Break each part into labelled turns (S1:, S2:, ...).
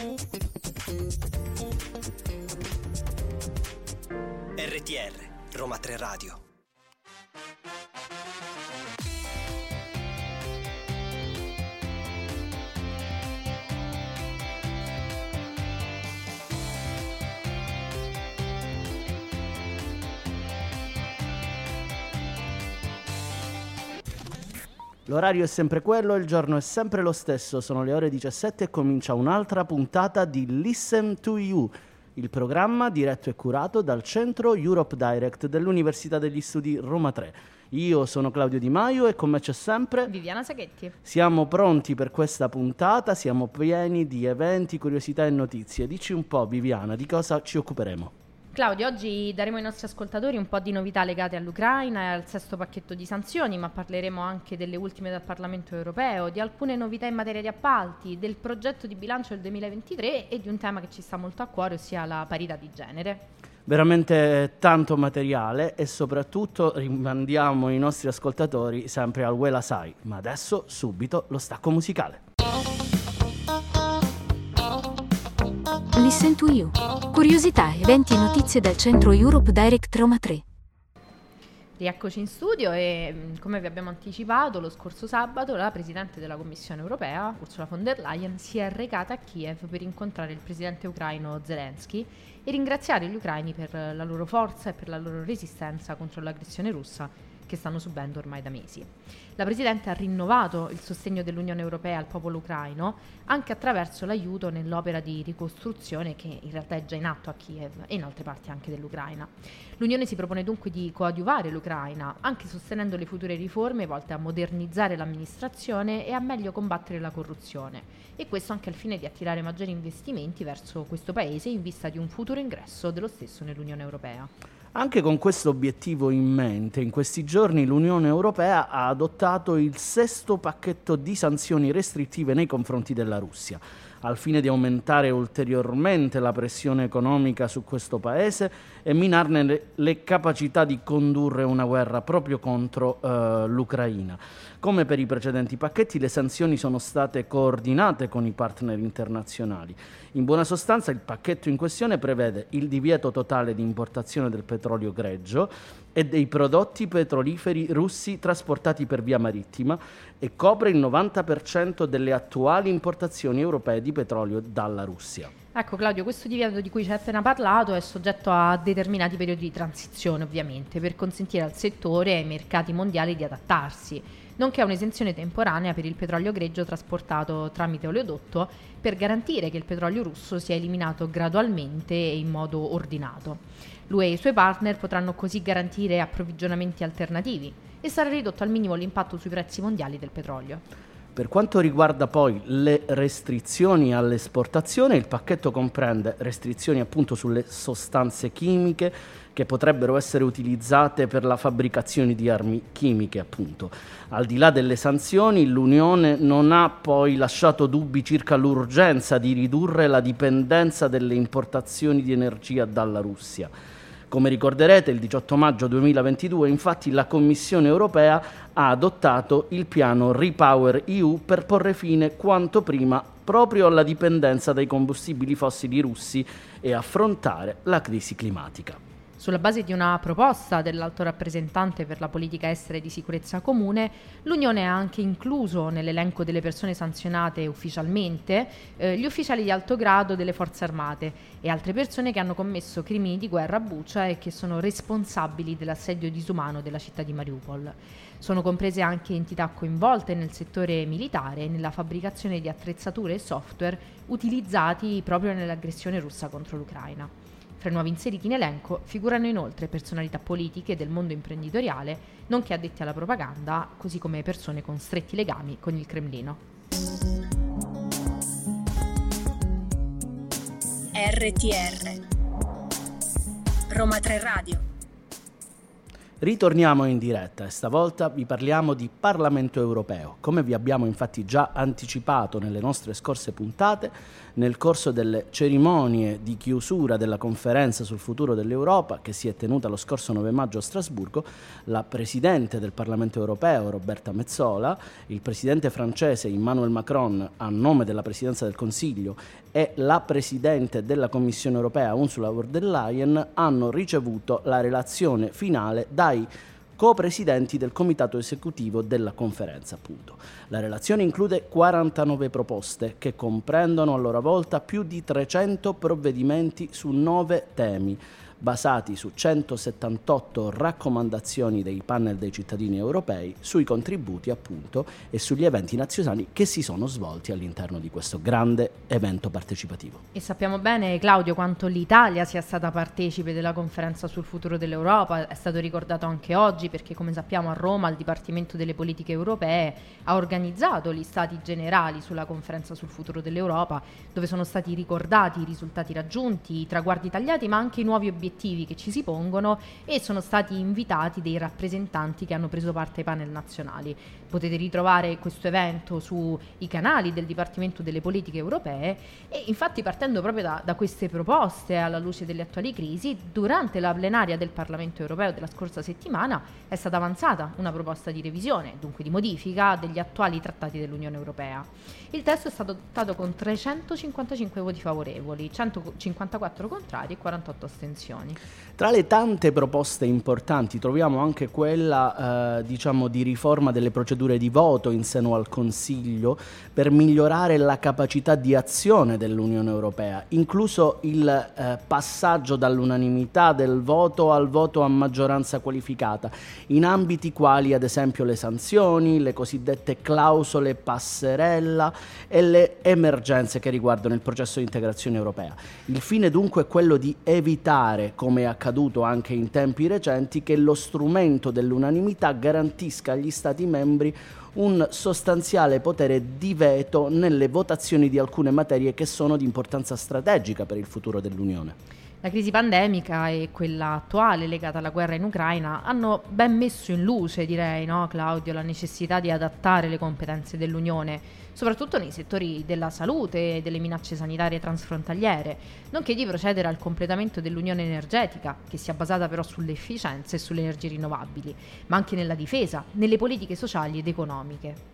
S1: RTR, Roma 3 Radio.
S2: L'orario è sempre quello, il giorno è sempre lo stesso, sono le ore 17 e comincia un'altra puntata di Listen to You, il programma diretto e curato dal Centro Europe Direct dell'Università degli Studi Roma 3. Io sono Claudio Di Maio e con me c'è sempre
S3: Viviana Saghetti.
S2: Siamo pronti per questa puntata, siamo pieni di eventi, curiosità e notizie. Dici un po', Viviana, di cosa ci occuperemo?
S3: Claudio, oggi daremo ai nostri ascoltatori un po' di novità legate all'Ucraina e al sesto pacchetto di sanzioni, ma parleremo anche delle ultime dal Parlamento europeo, di alcune novità in materia di appalti, del progetto di bilancio del 2023 e di un tema che ci sta molto a cuore, ossia la parità di genere.
S2: Veramente tanto materiale e soprattutto rimandiamo i nostri ascoltatori sempre al Uela Sai, ma adesso subito lo stacco musicale.
S4: Listen to You. Curiosità, eventi e notizie dal Centro Europe Direct Roma 3.
S3: Rieccoci in studio e come vi abbiamo anticipato lo scorso sabato la Presidente della Commissione Europea, Ursula von der Leyen, si è recata a Kiev per incontrare il Presidente ucraino Zelensky e ringraziare gli ucraini per la loro forza e per la loro resistenza contro l'aggressione russa che stanno subendo ormai da mesi. La Presidente ha rinnovato il sostegno dell'Unione Europea al popolo ucraino anche attraverso l'aiuto nell'opera di ricostruzione che in realtà è già in atto a Kiev e in altre parti anche dell'Ucraina. L'Unione si propone dunque di coadiuvare l'Ucraina, anche sostenendo le future riforme volte a modernizzare l'amministrazione e a meglio combattere la corruzione. E questo anche al fine di attirare maggiori investimenti verso questo paese in vista di un futuro ingresso dello stesso nell'Unione Europea.
S2: Anche con questo obiettivo in mente, in questi giorni l'Unione Europea ha adottato il sesto pacchetto di sanzioni restrittive nei confronti della Russia, al fine di aumentare ulteriormente la pressione economica su questo paese e minarne le capacità di condurre una guerra proprio contro l'Ucraina. Come per i precedenti pacchetti, le sanzioni sono state coordinate con i partner internazionali. In buona sostanza, il pacchetto in questione prevede il divieto totale di importazione del petrolio greggio e dei prodotti petroliferi russi trasportati per via marittima e copre il 90% delle attuali importazioni europee di petrolio dalla Russia.
S3: Ecco Claudio, questo divieto di cui ci hai appena parlato è soggetto a determinati periodi di transizione ovviamente per consentire al settore e ai mercati mondiali di adattarsi, nonché un'esenzione temporanea per il petrolio greggio trasportato tramite oleodotto per garantire che il petrolio russo sia eliminato gradualmente e in modo ordinato. L'UE e i suoi partner potranno così garantire approvvigionamenti alternativi e sarà ridotto al minimo l'impatto sui prezzi mondiali del petrolio.
S2: Per quanto riguarda poi le restrizioni all'esportazione, il pacchetto comprende restrizioni appunto sulle sostanze chimiche che potrebbero essere utilizzate per la fabbricazione di armi chimiche, appunto. Al di là delle sanzioni, l'Unione non ha poi lasciato dubbi circa l'urgenza di ridurre la dipendenza delle importazioni di energia dalla Russia. Come ricorderete, il 18 maggio 2022, infatti, la Commissione europea ha adottato il piano Repower EU per porre fine quanto prima proprio alla dipendenza dai combustibili fossili russi e affrontare la crisi climatica.
S3: Sulla base di una proposta dell'Alto rappresentante per la politica estera e di sicurezza comune, l'Unione ha anche incluso nell'elenco delle persone sanzionate ufficialmente gli ufficiali di alto grado delle forze armate e altre persone che hanno commesso crimini di guerra a Bucha e che sono responsabili dell'assedio disumano della città di Mariupol. Sono comprese anche entità coinvolte nel settore militare e nella fabbricazione di attrezzature e software utilizzati proprio nell'aggressione russa contro l'Ucraina. Fra i nuovi inseriti in elenco figurano inoltre personalità politiche del mondo imprenditoriale, nonché addetti alla propaganda, così come persone con stretti legami con il Cremlino.
S5: RTR Roma 3 Radio.
S2: Ritorniamo in diretta e stavolta vi parliamo di Parlamento europeo. Come vi abbiamo infatti già anticipato nelle nostre scorse puntate, nel corso delle cerimonie di chiusura della conferenza sul futuro dell'Europa, che si è tenuta lo scorso 9 maggio a Strasburgo, la Presidente del Parlamento europeo, Roberta Metsola, il Presidente francese Emmanuel Macron, a nome della Presidenza del Consiglio, e la Presidente della Commissione europea, Ursula von der Leyen, hanno ricevuto la relazione finale dai co-presidenti del comitato esecutivo della conferenza, appunto. La relazione include 49 proposte che comprendono a loro volta più di 300 provvedimenti su 9 temi, basati su 178 raccomandazioni dei panel dei cittadini europei, sui contributi appunto e sugli eventi nazionali che si sono svolti all'interno di questo grande evento partecipativo.
S3: E sappiamo bene, Claudio, quanto l'Italia sia stata partecipe della conferenza sul futuro dell'Europa. È stato ricordato anche oggi perché, come sappiamo, a Roma il Dipartimento delle Politiche Europee ha organizzato gli stati generali sulla conferenza sul futuro dell'Europa, dove sono stati ricordati i risultati raggiunti, i traguardi tagliati, ma anche i nuovi obiettivi che ci si pongono, e sono stati invitati dei rappresentanti che hanno preso parte ai panel nazionali. Potete ritrovare questo evento sui canali del Dipartimento delle Politiche Europee e infatti, partendo proprio da queste proposte alla luce delle attuali crisi, durante la plenaria del Parlamento Europeo della scorsa settimana è stata avanzata una proposta di revisione, dunque di modifica degli attuali trattati dell'Unione Europea. Il testo è stato adottato con 355 voti favorevoli, 154 contrari e 48 astensioni.
S2: Tra le tante proposte importanti troviamo anche quella di riforma delle procedure di voto in seno al Consiglio per migliorare la capacità di azione dell'Unione Europea, incluso il passaggio dall'unanimità del voto al voto a maggioranza qualificata, in ambiti quali ad esempio le sanzioni, le cosiddette clausole passerella e le emergenze che riguardano il processo di integrazione europea. Il fine dunque è quello di evitare, come è accaduto anche in tempi recenti, che lo strumento dell'unanimità garantisca agli Stati membri un sostanziale potere di veto nelle votazioni di alcune materie che sono di importanza strategica per il futuro dell'Unione.
S3: La crisi pandemica e quella attuale legata alla guerra in Ucraina hanno ben messo in luce, direi, no, Claudio, la necessità di adattare le competenze dell'Unione, soprattutto nei settori della salute e delle minacce sanitarie transfrontaliere, nonché di procedere al completamento dell'Unione energetica, che sia basata però sull'efficienza e sulle energie rinnovabili, ma anche nella difesa, nelle politiche sociali ed economiche.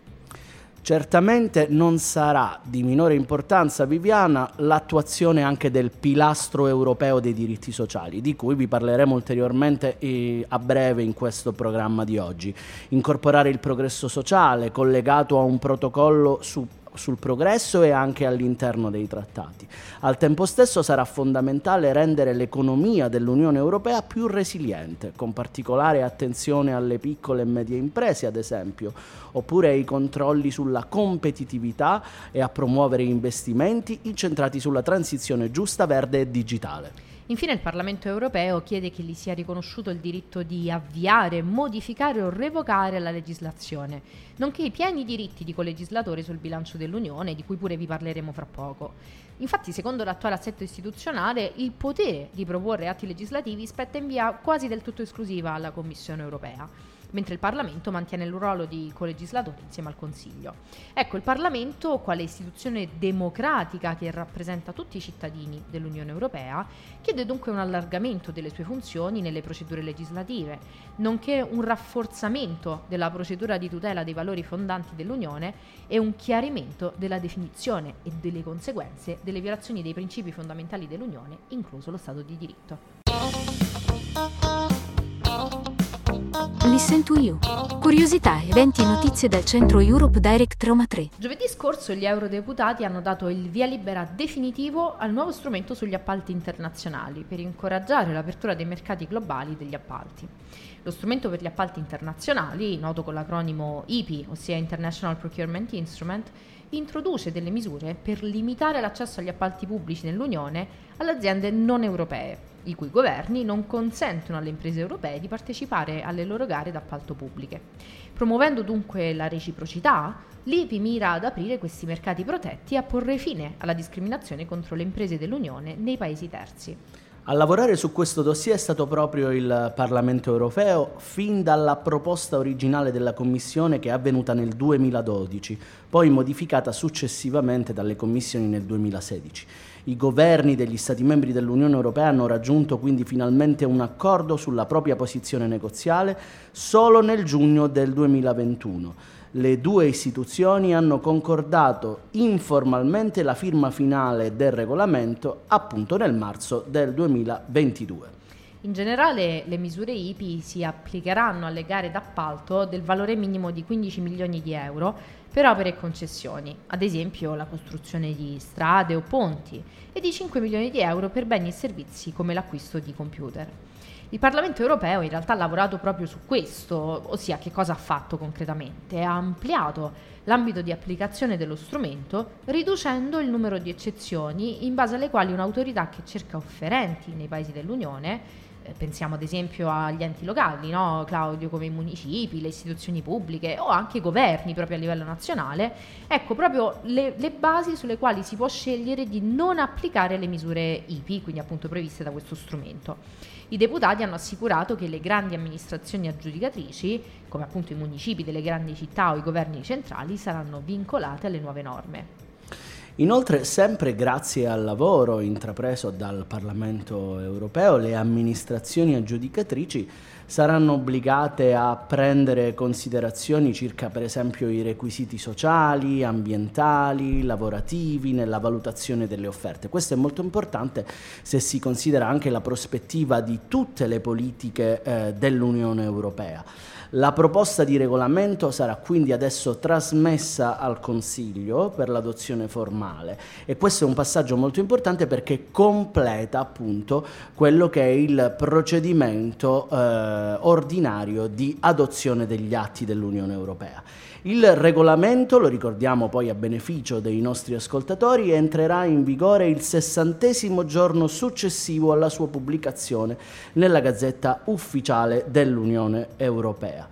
S2: Certamente non sarà di minore importanza, Viviana, l'attuazione anche del pilastro europeo dei diritti sociali, di cui vi parleremo ulteriormente a breve in questo programma di oggi. Incorporare il progresso sociale collegato a un protocollo sul progresso e anche all'interno dei trattati. Al tempo stesso sarà fondamentale rendere l'economia dell'Unione Europea più resiliente, con particolare attenzione alle piccole e medie imprese, ad esempio, oppure ai controlli sulla competitività e a promuovere investimenti incentrati sulla transizione giusta, verde e digitale.
S3: Infine il Parlamento europeo chiede che gli sia riconosciuto il diritto di avviare, modificare o revocare la legislazione, nonché i pieni diritti di colegislatore sul bilancio dell'Unione, di cui pure vi parleremo fra poco. Infatti, secondo l'attuale assetto istituzionale, il potere di proporre atti legislativi spetta in via quasi del tutto esclusiva alla Commissione europea, mentre il Parlamento mantiene il ruolo di colegislatore insieme al Consiglio. Ecco, il Parlamento, quale istituzione democratica che rappresenta tutti i cittadini dell'Unione Europea, chiede dunque un allargamento delle sue funzioni nelle procedure legislative, nonché un rafforzamento della procedura di tutela dei valori fondanti dell'Unione e un chiarimento della definizione e delle conseguenze delle violazioni dei principi fondamentali dell'Unione, incluso lo Stato di diritto.
S4: Listen to You. Curiosità, eventi e notizie dal centro Europe Direct Roma 3.
S3: Giovedì scorso gli eurodeputati hanno dato il via libera definitivo al nuovo strumento sugli appalti internazionali per incoraggiare l'apertura dei mercati globali degli appalti. Lo strumento per gli appalti internazionali, noto con l'acronimo IPI, ossia International Procurement Instrument, introduce delle misure per limitare l'accesso agli appalti pubblici nell'Unione alle aziende non europee, i cui governi non consentono alle imprese europee di partecipare alle loro gare d'appalto pubbliche. Promuovendo dunque la reciprocità, l'IPI mira ad aprire questi mercati protetti e a porre fine alla discriminazione contro le imprese dell'Unione nei paesi terzi.
S2: A lavorare su questo dossier è stato proprio il Parlamento europeo, fin dalla proposta originale della Commissione che è avvenuta nel 2012, poi modificata successivamente dalle commissioni nel 2016. I governi degli Stati membri dell'Unione Europea hanno raggiunto quindi finalmente un accordo sulla propria posizione negoziale solo nel giugno del 2021. Le due istituzioni hanno concordato informalmente la firma finale del regolamento appunto nel marzo del 2022.
S3: In generale le misure IPI si applicheranno alle gare d'appalto del valore minimo di 15 milioni di euro per opere e concessioni, ad esempio la costruzione di strade o ponti, e di 5 milioni di euro per beni e servizi come l'acquisto di computer. Il Parlamento europeo in realtà ha lavorato proprio su questo, ossia che cosa ha fatto concretamente? Ha ampliato l'ambito di applicazione dello strumento, riducendo il numero di eccezioni in base alle quali un'autorità che cerca offerenti nei paesi dell'Unione, pensiamo ad esempio agli enti locali, no, Claudio, come i municipi, le istituzioni pubbliche o anche i governi proprio a livello nazionale, ecco proprio le basi sulle quali si può scegliere di non applicare le misure IPI, quindi appunto previste da questo strumento. I deputati hanno assicurato che le grandi amministrazioni aggiudicatrici, come appunto i municipi delle grandi città o i governi centrali, saranno vincolate alle nuove norme.
S2: Inoltre, sempre grazie al lavoro intrapreso dal Parlamento europeo, le amministrazioni aggiudicatrici saranno obbligate a prendere considerazioni circa per esempio i requisiti sociali, ambientali, lavorativi nella valutazione delle offerte. Questo è molto importante se si considera anche la prospettiva di tutte le politiche dell'Unione Europea. La proposta di regolamento sarà quindi adesso trasmessa al Consiglio per l'adozione formale e questo è un passaggio molto importante perché completa appunto quello che è il procedimento ordinario di adozione degli atti dell'Unione Europea. Il regolamento, lo ricordiamo poi a beneficio dei nostri ascoltatori, entrerà in vigore il 60° giorno successivo alla sua pubblicazione nella Gazzetta Ufficiale dell'Unione Europea.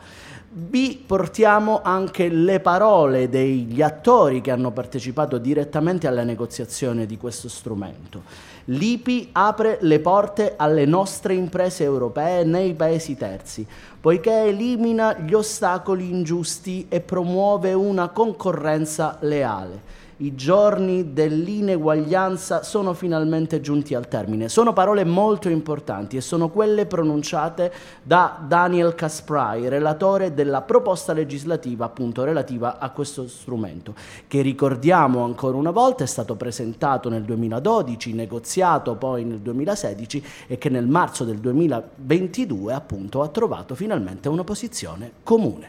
S2: Vi portiamo anche le parole degli attori che hanno partecipato direttamente alla negoziazione di questo strumento. L'IPI apre le porte alle nostre imprese europee nei paesi terzi, poiché elimina gli ostacoli ingiusti e promuove una concorrenza leale. I giorni dell'ineguaglianza sono finalmente giunti al termine. Sono parole molto importanti e sono quelle pronunciate da Daniel Caspary, relatore della proposta legislativa appunto relativa a questo strumento, che ricordiamo ancora una volta è stato presentato nel 2012, negoziato poi nel 2016 e che nel marzo del 2022 appunto ha trovato finalmente una posizione comune.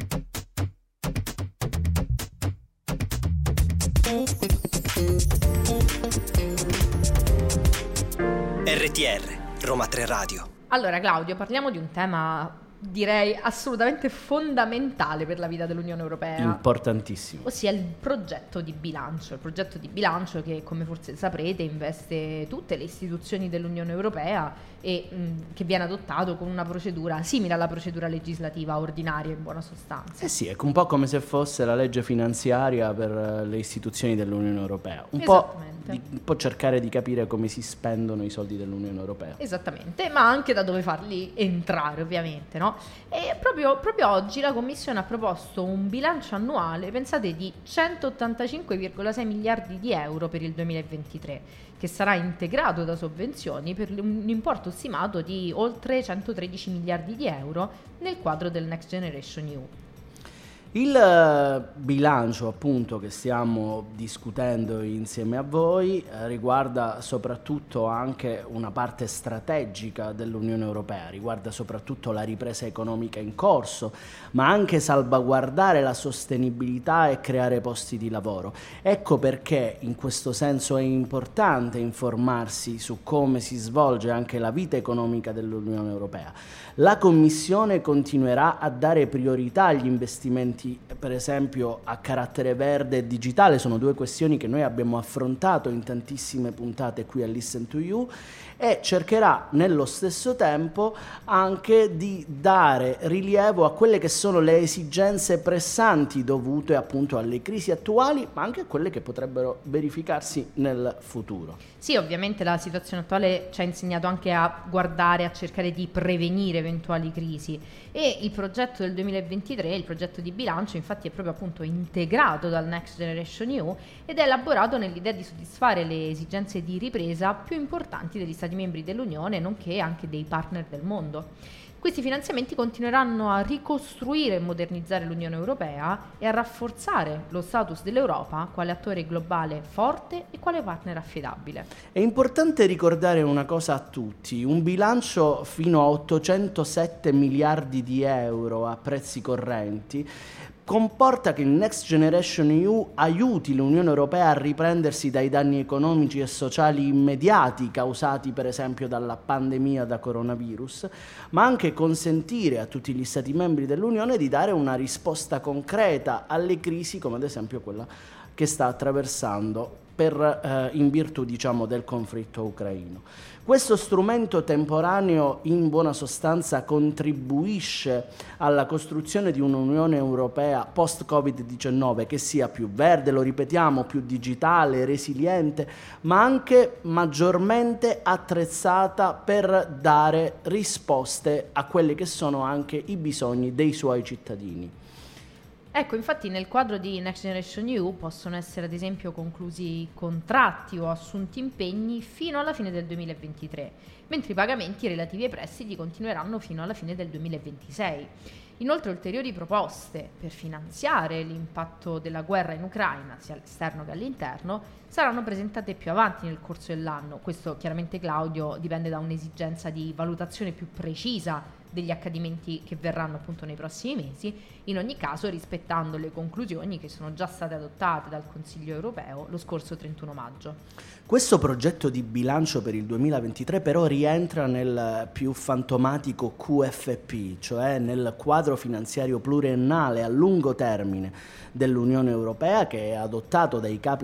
S1: RTR, Roma 3 Radio.
S3: Allora Claudio, parliamo di un tema direi assolutamente fondamentale per la vita dell'Unione Europea.
S2: Importantissimo.
S3: Ossia il progetto di bilancio. Il progetto di bilancio che, come forse saprete, investe tutte le istituzioni dell'Unione Europea e che viene adottato con una procedura simile alla procedura legislativa ordinaria in buona sostanza.
S2: Sì, è un po' come se fosse la legge finanziaria per le istituzioni dell'Unione Europea. Un po' cercare di capire come si spendono i soldi dell'Unione Europea.
S3: Esattamente, ma anche da dove farli entrare, ovviamente, no? E proprio oggi la Commissione ha proposto un bilancio annuale, pensate, di 185,6 miliardi di euro per il 2023, che sarà integrato da sovvenzioni per un importo stimato di oltre 113 miliardi di euro nel quadro del Next Generation EU.
S2: Il bilancio appunto che stiamo discutendo insieme a voi riguarda soprattutto anche una parte strategica dell'Unione Europea, riguarda soprattutto la ripresa economica in corso, ma anche salvaguardare la sostenibilità e creare posti di lavoro. Ecco perché in questo senso è importante informarsi su come si svolge anche la vita economica dell'Unione Europea. La Commissione continuerà a dare priorità agli investimenti strumenti, per esempio a carattere verde e digitale, sono due questioni che noi abbiamo affrontato in tantissime puntate qui a Listen to You, e cercherà nello stesso tempo anche di dare rilievo a quelle che sono le esigenze pressanti dovute appunto alle crisi attuali, ma anche a quelle che potrebbero verificarsi nel futuro.
S3: Sì, ovviamente la situazione attuale ci ha insegnato anche a guardare, a cercare di prevenire eventuali crisi, e il progetto del 2023, il progetto di bilancio, infatti è proprio appunto integrato dal Next Generation EU ed è elaborato nell'idea di soddisfare le esigenze di ripresa più importanti degli Stati membri dell'Unione, nonché anche dei partner del mondo. Questi finanziamenti continueranno a ricostruire e modernizzare l'Unione Europea e a rafforzare lo status dell'Europa quale attore globale forte e quale partner affidabile.
S2: È importante ricordare una cosa a tutti: un bilancio fino a 807 miliardi di euro a prezzi correnti comporta che il Next Generation EU aiuti l'Unione Europea a riprendersi dai danni economici e sociali immediati causati per esempio dalla pandemia da coronavirus, ma anche consentire a tutti gli Stati membri dell'Unione di dare una risposta concreta alle crisi, come ad esempio quella che sta attraversando in virtù, diciamo, del conflitto ucraino. Questo strumento temporaneo in buona sostanza contribuisce alla costruzione di un'Unione Europea post-Covid-19 che sia più verde, lo ripetiamo, più digitale, resiliente, ma anche maggiormente attrezzata per dare risposte a quelli che sono anche i bisogni dei suoi cittadini.
S3: Ecco, infatti nel quadro di Next Generation EU possono essere ad esempio conclusi contratti o assunti impegni fino alla fine del 2023, mentre i pagamenti relativi ai prestiti continueranno fino alla fine del 2026. Inoltre ulteriori proposte per finanziare l'impatto della guerra in Ucraina, sia all'esterno che all'interno, saranno presentate più avanti nel corso dell'anno. Questo chiaramente, Claudio, dipende da un'esigenza di valutazione più precisa degli accadimenti che verranno appunto nei prossimi mesi, in ogni caso rispettando le conclusioni che sono già state adottate dal Consiglio europeo lo scorso 31 maggio.
S2: Questo progetto di bilancio per il 2023 però rientra nel più fantomatico QFP, cioè nel quadro finanziario pluriennale a lungo termine dell'Unione Europea, che è adottato dai capi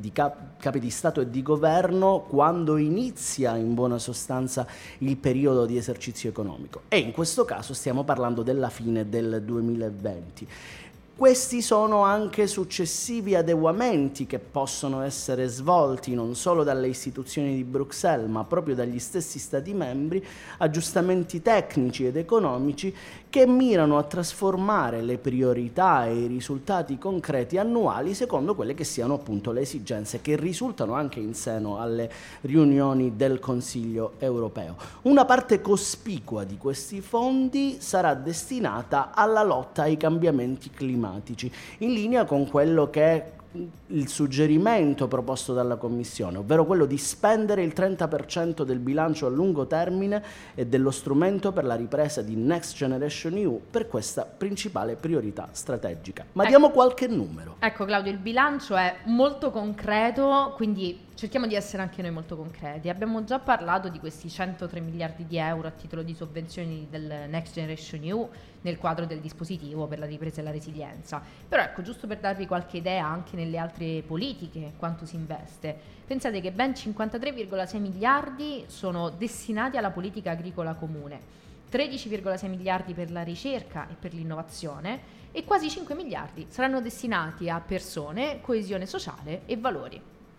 S2: di Stato e di Governo quando inizia in buona sostanza il periodo di esercizio economico, e in questo caso stiamo parlando della fine del 2020. Questi sono anche successivi adeguamenti che possono essere svolti non solo dalle istituzioni di Bruxelles, ma proprio dagli stessi Stati membri, aggiustamenti tecnici ed economici che mirano a trasformare le priorità e i risultati concreti annuali secondo quelle che siano appunto le esigenze che risultano anche in seno alle riunioni del Consiglio europeo. Una parte cospicua di questi fondi sarà destinata alla lotta ai cambiamenti climatici, in linea con quello che è il suggerimento proposto dalla Commissione, ovvero quello di spendere il 30% del bilancio a lungo termine e dello strumento per la ripresa di Next Generation EU per questa principale priorità strategica. Ma diamo qualche numero.
S3: Ecco, Claudio, il bilancio è molto concreto, quindi cerchiamo di essere anche noi molto concreti. Abbiamo già parlato di questi 103 miliardi di euro a titolo di sovvenzioni del Next Generation EU nel quadro del dispositivo per la ripresa e la resilienza. Però ecco, giusto per darvi qualche idea anche nelle altre politiche quanto si investe, pensate che ben 53,6 miliardi sono destinati alla politica agricola comune, 13,6 miliardi per la ricerca e per l'innovazione e quasi 5 miliardi saranno destinati a persone, coesione sociale e valori.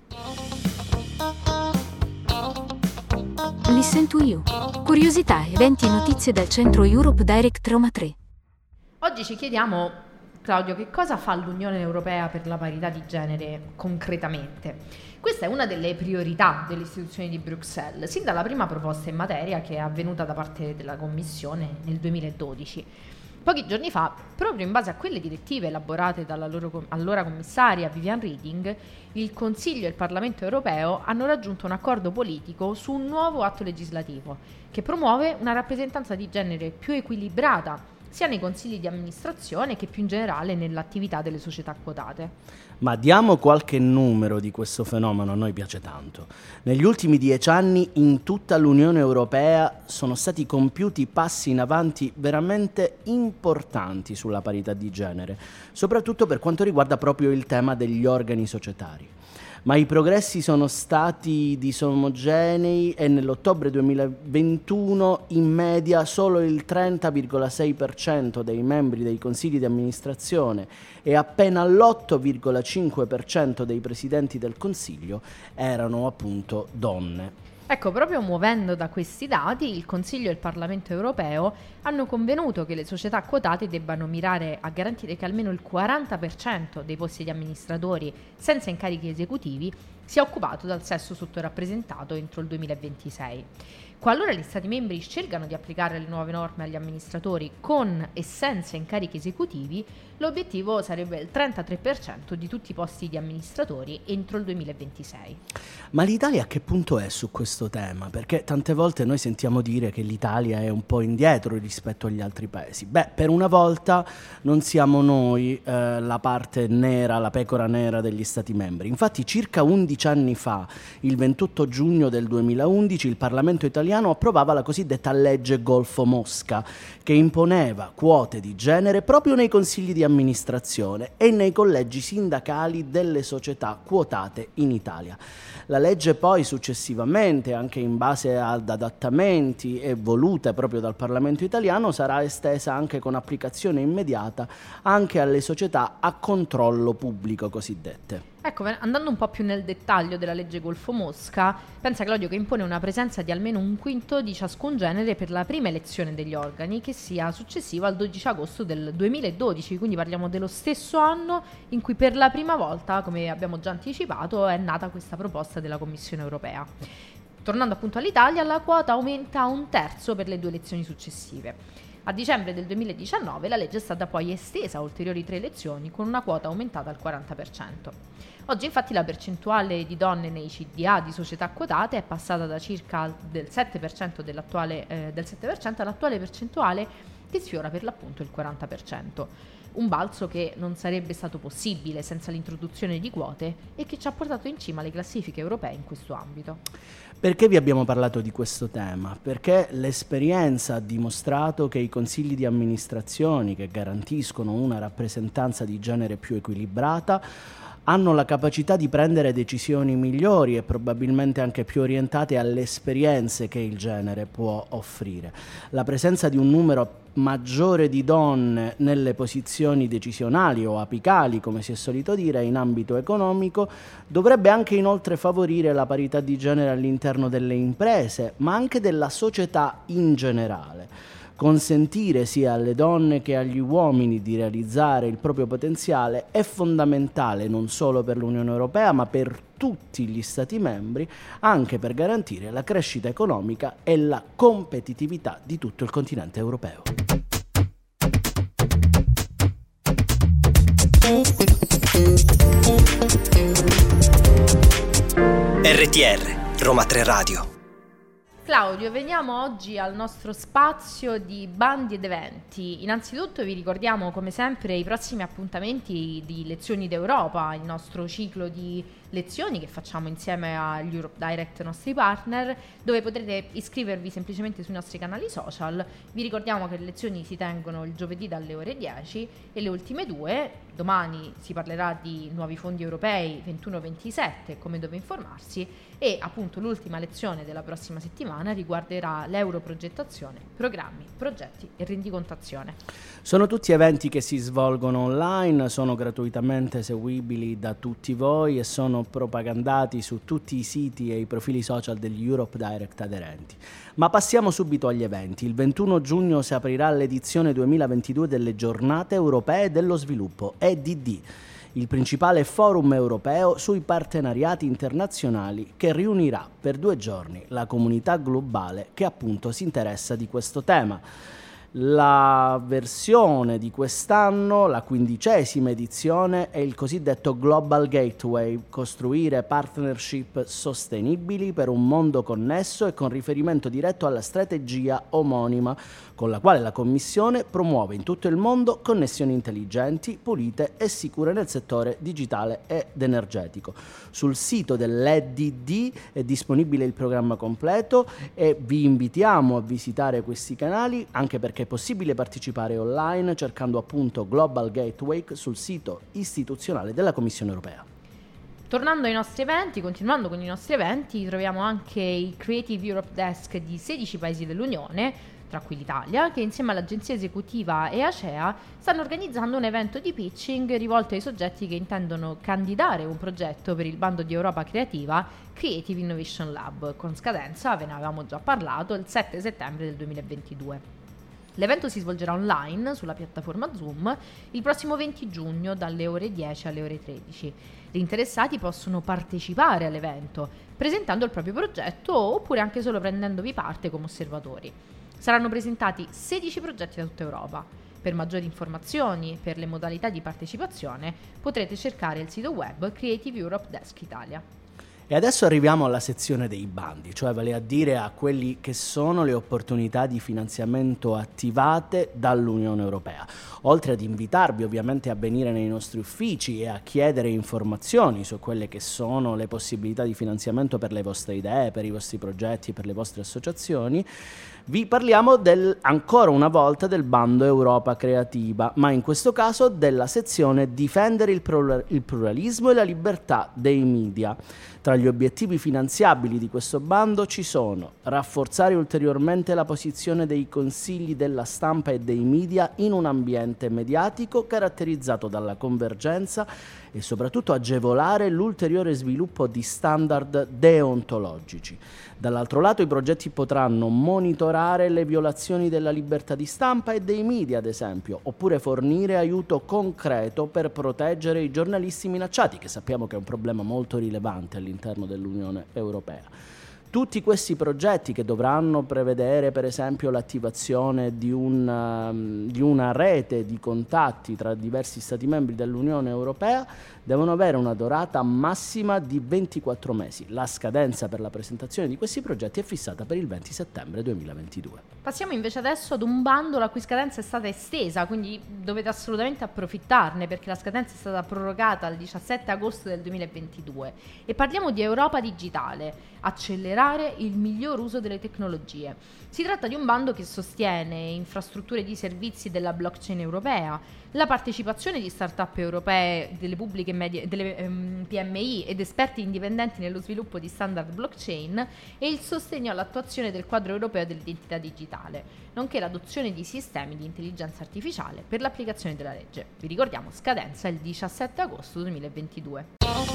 S4: Listen to You. Curiosità, eventi e notizie dal centro Europe Direct Roma 3.
S3: Oggi ci chiediamo, Claudio, che cosa fa l'Unione Europea per la parità di genere concretamente? Questa è una delle priorità delle istituzioni di Bruxelles, sin dalla prima proposta in materia che è avvenuta da parte della Commissione nel 2012. Pochi giorni fa, proprio in base a quelle direttive elaborate dalla allora commissaria Viviane Reding, il Consiglio e il Parlamento europeo hanno raggiunto un accordo politico su un nuovo atto legislativo che promuove una rappresentanza di genere più equilibrata sia nei consigli di amministrazione che più in generale nell'attività delle società quotate.
S2: Ma diamo qualche numero di questo fenomeno, a noi piace tanto. Negli ultimi 10 anni in tutta l'Unione Europea sono stati compiuti passi in avanti veramente importanti sulla parità di genere, soprattutto per quanto riguarda proprio il tema degli organi societari. Ma i progressi sono stati disomogenei e nell'ottobre 2021 in media solo il 30,6% dei membri dei consigli di amministrazione e appena l'8,5% dei presidenti del Consiglio erano appunto donne.
S3: Ecco, proprio muovendo da questi dati, il Consiglio e il Parlamento europeo hanno convenuto che le società quotate debbano mirare a garantire che almeno il 40% dei posti di amministratori senza incarichi esecutivi sia occupato dal sesso sottorappresentato entro il 2026. Qualora gli Stati membri scelgano di applicare le nuove norme agli amministratori con e senza incarichi esecutivi, l'obiettivo sarebbe il 33% di tutti i posti di amministratori entro il 2026.
S2: Ma l'Italia a che punto è su questo tema? Perché tante volte noi sentiamo dire che l'Italia è un po' indietro rispetto agli altri paesi. Beh, per una volta non siamo noi la parte nera, la pecora nera degli Stati membri. Infatti circa 11 anni fa, il 28 giugno del 2011, il Parlamento italiano approvava la cosiddetta legge Golfo-Mosca, che imponeva quote di genere proprio nei consigli di amministrazione e nei collegi sindacali delle società quotate in Italia. La legge poi successivamente, anche in base ad adattamenti e volute proprio dal Parlamento italiano, sarà estesa anche con applicazione immediata anche alle società a controllo pubblico cosiddette.
S3: Ecco, andando un po' più nel dettaglio della legge Golfo-Mosca, pensa Claudio che impone una presenza di almeno un quinto di ciascun genere per la prima elezione degli organi, che sia successiva al 12 agosto del 2012, quindi parliamo dello stesso anno in cui per la prima volta, come abbiamo già anticipato, è nata questa proposta della Commissione europea. Tornando appunto all'Italia, la quota aumenta a 1/3 per le 2 elezioni successive. A dicembre del 2019 la legge è stata poi estesa a ulteriori 3 elezioni con una quota aumentata al 40%. Oggi infatti la percentuale di donne nei CDA di società quotate è passata da circa del 7% del 7% all'attuale percentuale che sfiora per l'appunto il 40%. Un balzo che non sarebbe stato possibile senza l'introduzione di quote e che ci ha portato in cima alle classifiche europee in questo ambito.
S2: Perché vi abbiamo parlato di questo tema? Perché l'esperienza ha dimostrato che i consigli di amministrazioni che garantiscono una rappresentanza di genere più equilibrata hanno la capacità di prendere decisioni migliori e probabilmente anche più orientate alle esperienze che il genere può offrire. La presenza di un numero maggiore di donne nelle posizioni decisionali o apicali, come si è solito dire, in ambito economico, dovrebbe anche inoltre favorire la parità di genere all'interno delle imprese, ma anche della società in generale. Consentire sia alle donne che agli uomini di realizzare il proprio potenziale è fondamentale non solo per l'Unione Europea, ma per tutti gli Stati membri, anche per garantire la crescita economica e la competitività di tutto il continente europeo.
S1: RTR, Roma 3 Radio.
S3: Claudio, veniamo oggi al nostro spazio di bandi ed eventi. Innanzitutto vi ricordiamo come sempre i prossimi appuntamenti di Lezioni d'Europa, il nostro ciclo di lezioni che facciamo insieme agli Europe Direct, nostri partner, dove potrete iscrivervi semplicemente sui nostri canali social. Vi ricordiamo che le lezioni si tengono il giovedì dalle ore 10 e le ultime 2, domani si parlerà di nuovi fondi europei 21-27, come dove informarsi, e appunto l'ultima lezione della prossima settimana riguarderà l'europrogettazione, programmi, progetti e rendicontazione.
S2: Sono tutti eventi che si svolgono online, sono gratuitamente seguibili da tutti voi e sono propagandati su tutti i siti e i profili social degli Europe Direct aderenti. Ma passiamo subito agli eventi. Il 21 giugno si aprirà l'edizione 2022 delle Giornate Europee dello Sviluppo, EDD, il principale forum europeo sui partenariati internazionali che riunirà per 2 giorni la comunità globale che appunto si interessa di questo tema. La versione di quest'anno, la 15ª edizione, è il cosiddetto Global Gateway, costruire partnership sostenibili per un mondo connesso e con riferimento diretto alla strategia omonima, con la quale la Commissione promuove in tutto il mondo connessioni intelligenti, pulite e sicure nel settore digitale ed energetico. Sul sito dell'EDD è disponibile il programma completo e vi invitiamo a visitare questi canali, anche perché è possibile partecipare online cercando appunto Global Gateway sul sito istituzionale della Commissione Europea.
S3: Tornando ai nostri eventi, continuando con i nostri eventi, troviamo anche il Creative Europe Desk di 16 paesi dell'Unione, tra cui l'Italia, che insieme all'agenzia esecutiva e Acea stanno organizzando un evento di pitching rivolto ai soggetti che intendono candidare un progetto per il bando di Europa Creativa Creative Innovation Lab, con scadenza, ve ne avevamo già parlato, il 7 settembre del 2022. L'evento si svolgerà online sulla piattaforma Zoom il prossimo 20 giugno dalle ore 10 alle ore 13. Gli interessati possono partecipare all'evento presentando il proprio progetto oppure anche solo prendendovi parte come osservatori. Saranno presentati 16 progetti da tutta Europa. Per maggiori informazioni e per le modalità di partecipazione potrete cercare il sito web Creative Europe Desk Italia.
S2: E adesso arriviamo alla sezione dei bandi, cioè vale a dire a quelli che sono le opportunità di finanziamento attivate dall'Unione Europea. Oltre ad invitarvi ovviamente a venire nei nostri uffici e a chiedere informazioni su quelle che sono le possibilità di finanziamento per le vostre idee, per i vostri progetti, per le vostre associazioni, vi parliamo ancora una volta del bando Europa Creativa, ma in questo caso della sezione Difendere il pluralismo e la libertà dei media. Tra gli obiettivi finanziabili di questo bando ci sono: rafforzare ulteriormente la posizione dei consigli della stampa e dei media in un ambiente mediatico caratterizzato dalla convergenza e soprattutto agevolare l'ulteriore sviluppo di standard deontologici. Dall'altro lato i progetti potranno monitorare le violazioni della libertà di stampa e dei media, ad esempio, oppure fornire aiuto concreto per proteggere i giornalisti minacciati, che sappiamo che è un problema molto rilevante all'interno dell'Unione Europea. Tutti questi progetti, che dovranno prevedere per esempio l'attivazione di una rete di contatti tra diversi Stati membri dell'Unione Europea, devono avere una durata massima di 24 mesi. La scadenza per la presentazione di questi progetti è fissata per il 20 settembre 2022.
S3: Passiamo invece adesso ad un bando la cui scadenza è stata estesa, quindi dovete assolutamente approfittarne perché la scadenza è stata prorogata al 17 agosto del 2022 e parliamo di Europa Digitale, accelerare il miglior uso delle tecnologie. Si tratta di un bando che sostiene infrastrutture di servizi della blockchain europea, la partecipazione di start-up europee, delle pubbliche e medie, delle PMI ed esperti indipendenti nello sviluppo di standard blockchain e il sostegno all'attuazione del quadro europeo dell'identità digitale, nonché l'adozione di sistemi di intelligenza artificiale per l'applicazione della legge. Vi ricordiamo, scadenza il 17 agosto 2022.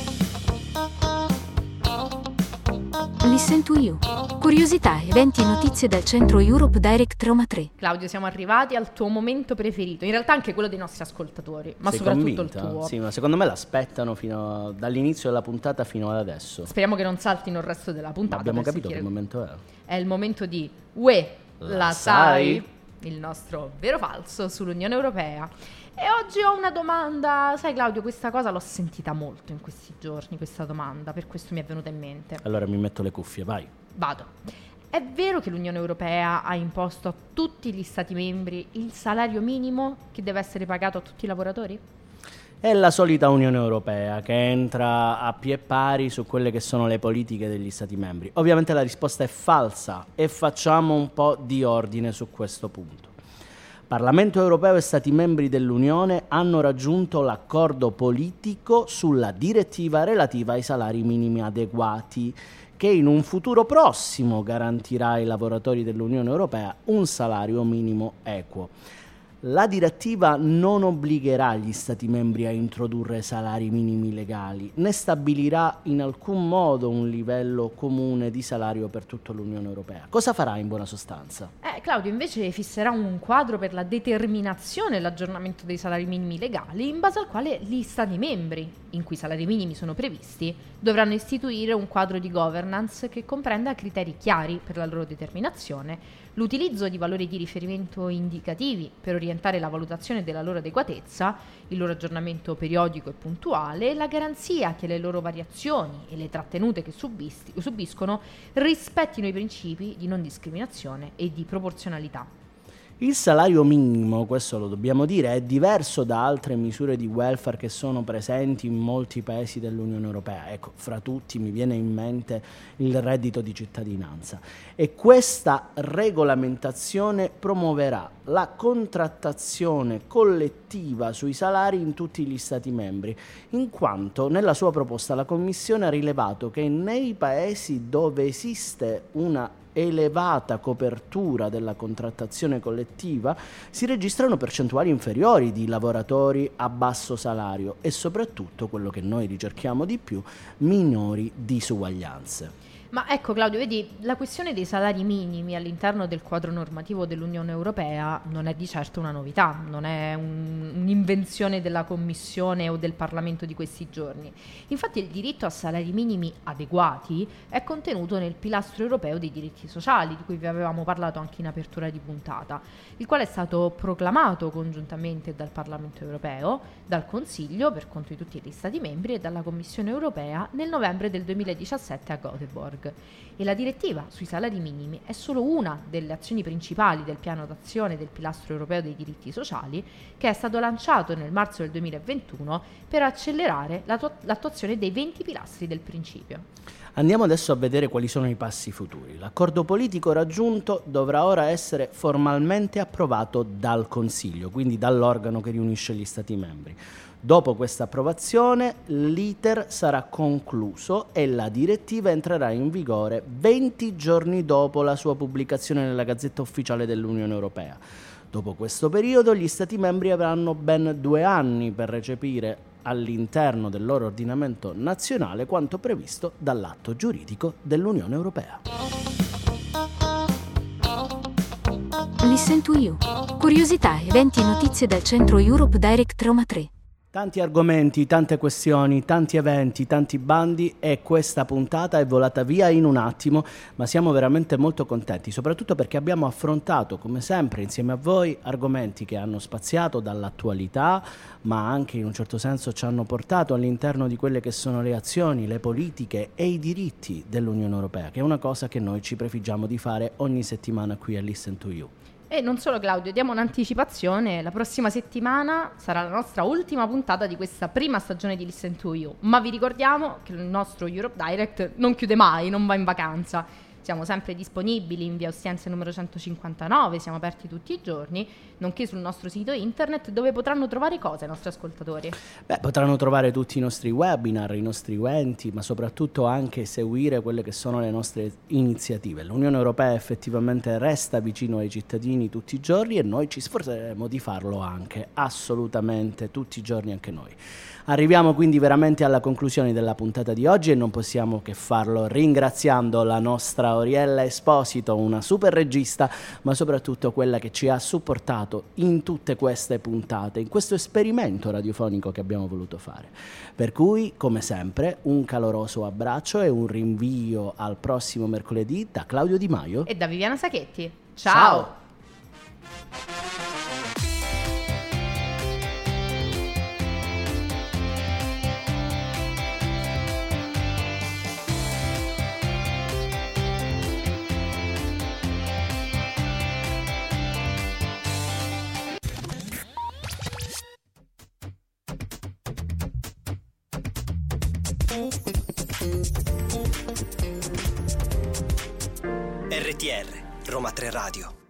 S4: Listen to You. Curiosità, eventi e notizie dal centro Europe Direct Roma 3.
S3: Claudio, siamo arrivati al tuo momento preferito, in realtà anche quello dei nostri ascoltatori, ma
S2: Sei
S3: soprattutto
S2: convinta?
S3: il tuo.
S2: Sì, ma secondo me l'aspettano dall'inizio della puntata fino ad adesso.
S3: Speriamo che non saltino il resto della
S2: Ma
S3: puntata.
S2: abbiamo
S3: per
S2: capito che
S3: sentire.
S2: momento è.
S3: È il momento di Uè, la sai? Il nostro vero o falso sull'Unione Europea. E oggi ho una domanda, sai Claudio, questa cosa l'ho sentita molto in questi giorni, questa domanda, per questo mi è venuta in mente.
S2: Allora mi metto le cuffie, vai.
S3: Vado. È vero che l'Unione Europea ha imposto a tutti gli Stati membri il salario minimo che deve essere pagato a tutti i lavoratori?
S2: È la solita Unione Europea che entra a piè pari su quelle che sono le politiche degli Stati membri. Ovviamente la risposta è falsa e facciamo un po' di ordine su questo punto. Parlamento europeo e Stati membri dell'Unione hanno raggiunto l'accordo politico sulla direttiva relativa ai salari minimi adeguati, che in un futuro prossimo garantirà ai lavoratori dell'Unione Europea un salario minimo equo. La direttiva non obbligherà gli Stati membri a introdurre salari minimi legali, né stabilirà in alcun modo un livello comune di salario per tutta l'Unione Europea. Cosa farà in buona sostanza?
S3: Claudio invece fisserà un quadro per la determinazione e l'aggiornamento dei salari minimi legali, in base al quale gli Stati membri, in cui i salari minimi sono previsti, dovranno istituire un quadro di governance che comprenda criteri chiari per la loro determinazione, l'utilizzo di valori di riferimento indicativi per orientare la valutazione della loro adeguatezza, il loro aggiornamento periodico e puntuale, la garanzia che le loro variazioni e le trattenute che subiscono rispettino i principi di non discriminazione e di proporzionalità.
S2: Il salario minimo, questo lo dobbiamo dire, è diverso da altre misure di welfare che sono presenti in molti paesi dell'Unione Europea. Ecco, fra tutti mi viene in mente il reddito di cittadinanza. E questa regolamentazione promuoverà la contrattazione collettiva sui salari in tutti gli Stati membri, in quanto nella sua proposta la Commissione ha rilevato che nei paesi dove esiste una elevata copertura della contrattazione collettiva si registrano percentuali inferiori di lavoratori a basso salario e soprattutto, quello che noi ricerchiamo di più, minori disuguaglianze.
S3: Ma ecco Claudio, vedi, la questione dei salari minimi all'interno del quadro normativo dell'Unione Europea non è di certo una novità, non è un'invenzione della Commissione o del Parlamento di questi giorni. Infatti il diritto a salari minimi adeguati è contenuto nel pilastro europeo dei diritti sociali, di cui vi avevamo parlato anche in apertura di puntata, il quale è stato proclamato congiuntamente dal Parlamento europeo, dal Consiglio per conto di tutti gli Stati membri e dalla Commissione europea nel novembre del 2017 a Göteborg. E la direttiva sui salari minimi è solo una delle azioni principali del piano d'azione del pilastro europeo dei diritti sociali, che è stato lanciato nel marzo del 2021 per accelerare l'attuazione dei 20 pilastri del principio.
S2: Andiamo adesso a vedere quali sono i passi futuri. L'accordo politico raggiunto dovrà ora essere formalmente approvato dal Consiglio, quindi dall'organo che riunisce gli Stati membri. Dopo questa approvazione l'iter sarà concluso e la direttiva entrerà in vigore 20 giorni dopo la sua pubblicazione nella Gazzetta Ufficiale dell'Unione Europea. Dopo questo periodo gli Stati membri avranno ben 2 anni per recepire all'interno del loro ordinamento nazionale quanto previsto dall'atto giuridico dell'Unione Europea.
S4: Listen to You. Curiosità, eventi e notizie dal centro Europe Direct Roma 3.
S2: Tanti argomenti, tante questioni, tanti eventi, tanti bandi e questa puntata è volata via in un attimo, ma siamo veramente molto contenti, soprattutto perché abbiamo affrontato, come sempre, insieme a voi, argomenti che hanno spaziato dall'attualità, ma anche in un certo senso ci hanno portato all'interno di quelle che sono le azioni, le politiche e i diritti dell'Unione Europea, che è una cosa che noi ci prefiggiamo di fare ogni settimana qui a Listen to You.
S3: E non solo Claudio, diamo un'anticipazione, la prossima settimana sarà la nostra ultima puntata di questa prima stagione di Listen to You, ma vi ricordiamo che il nostro Europe Direct non chiude mai, non va in vacanza. Siamo sempre disponibili in via Ostiense numero 159, siamo aperti tutti i giorni, nonché sul nostro sito internet dove potranno trovare cosa i nostri ascoltatori?
S2: Potranno trovare tutti i nostri webinar, i nostri eventi, ma soprattutto anche seguire quelle che sono le nostre iniziative. L'Unione Europea effettivamente resta vicino ai cittadini tutti i giorni e noi ci sforzeremo di farlo anche, assolutamente, tutti i giorni anche noi. Arriviamo quindi veramente alla conclusione della puntata di oggi e non possiamo che farlo ringraziando la nostra Oriella Esposito, una super regista, ma soprattutto quella che ci ha supportato in tutte queste puntate, in questo esperimento radiofonico che abbiamo voluto fare. Per cui, come sempre, un caloroso abbraccio e un rinvio al prossimo mercoledì da Claudio Di Maio
S3: e da Viviana Sacchetti. Ciao!
S1: RTR Roma 3 Radio.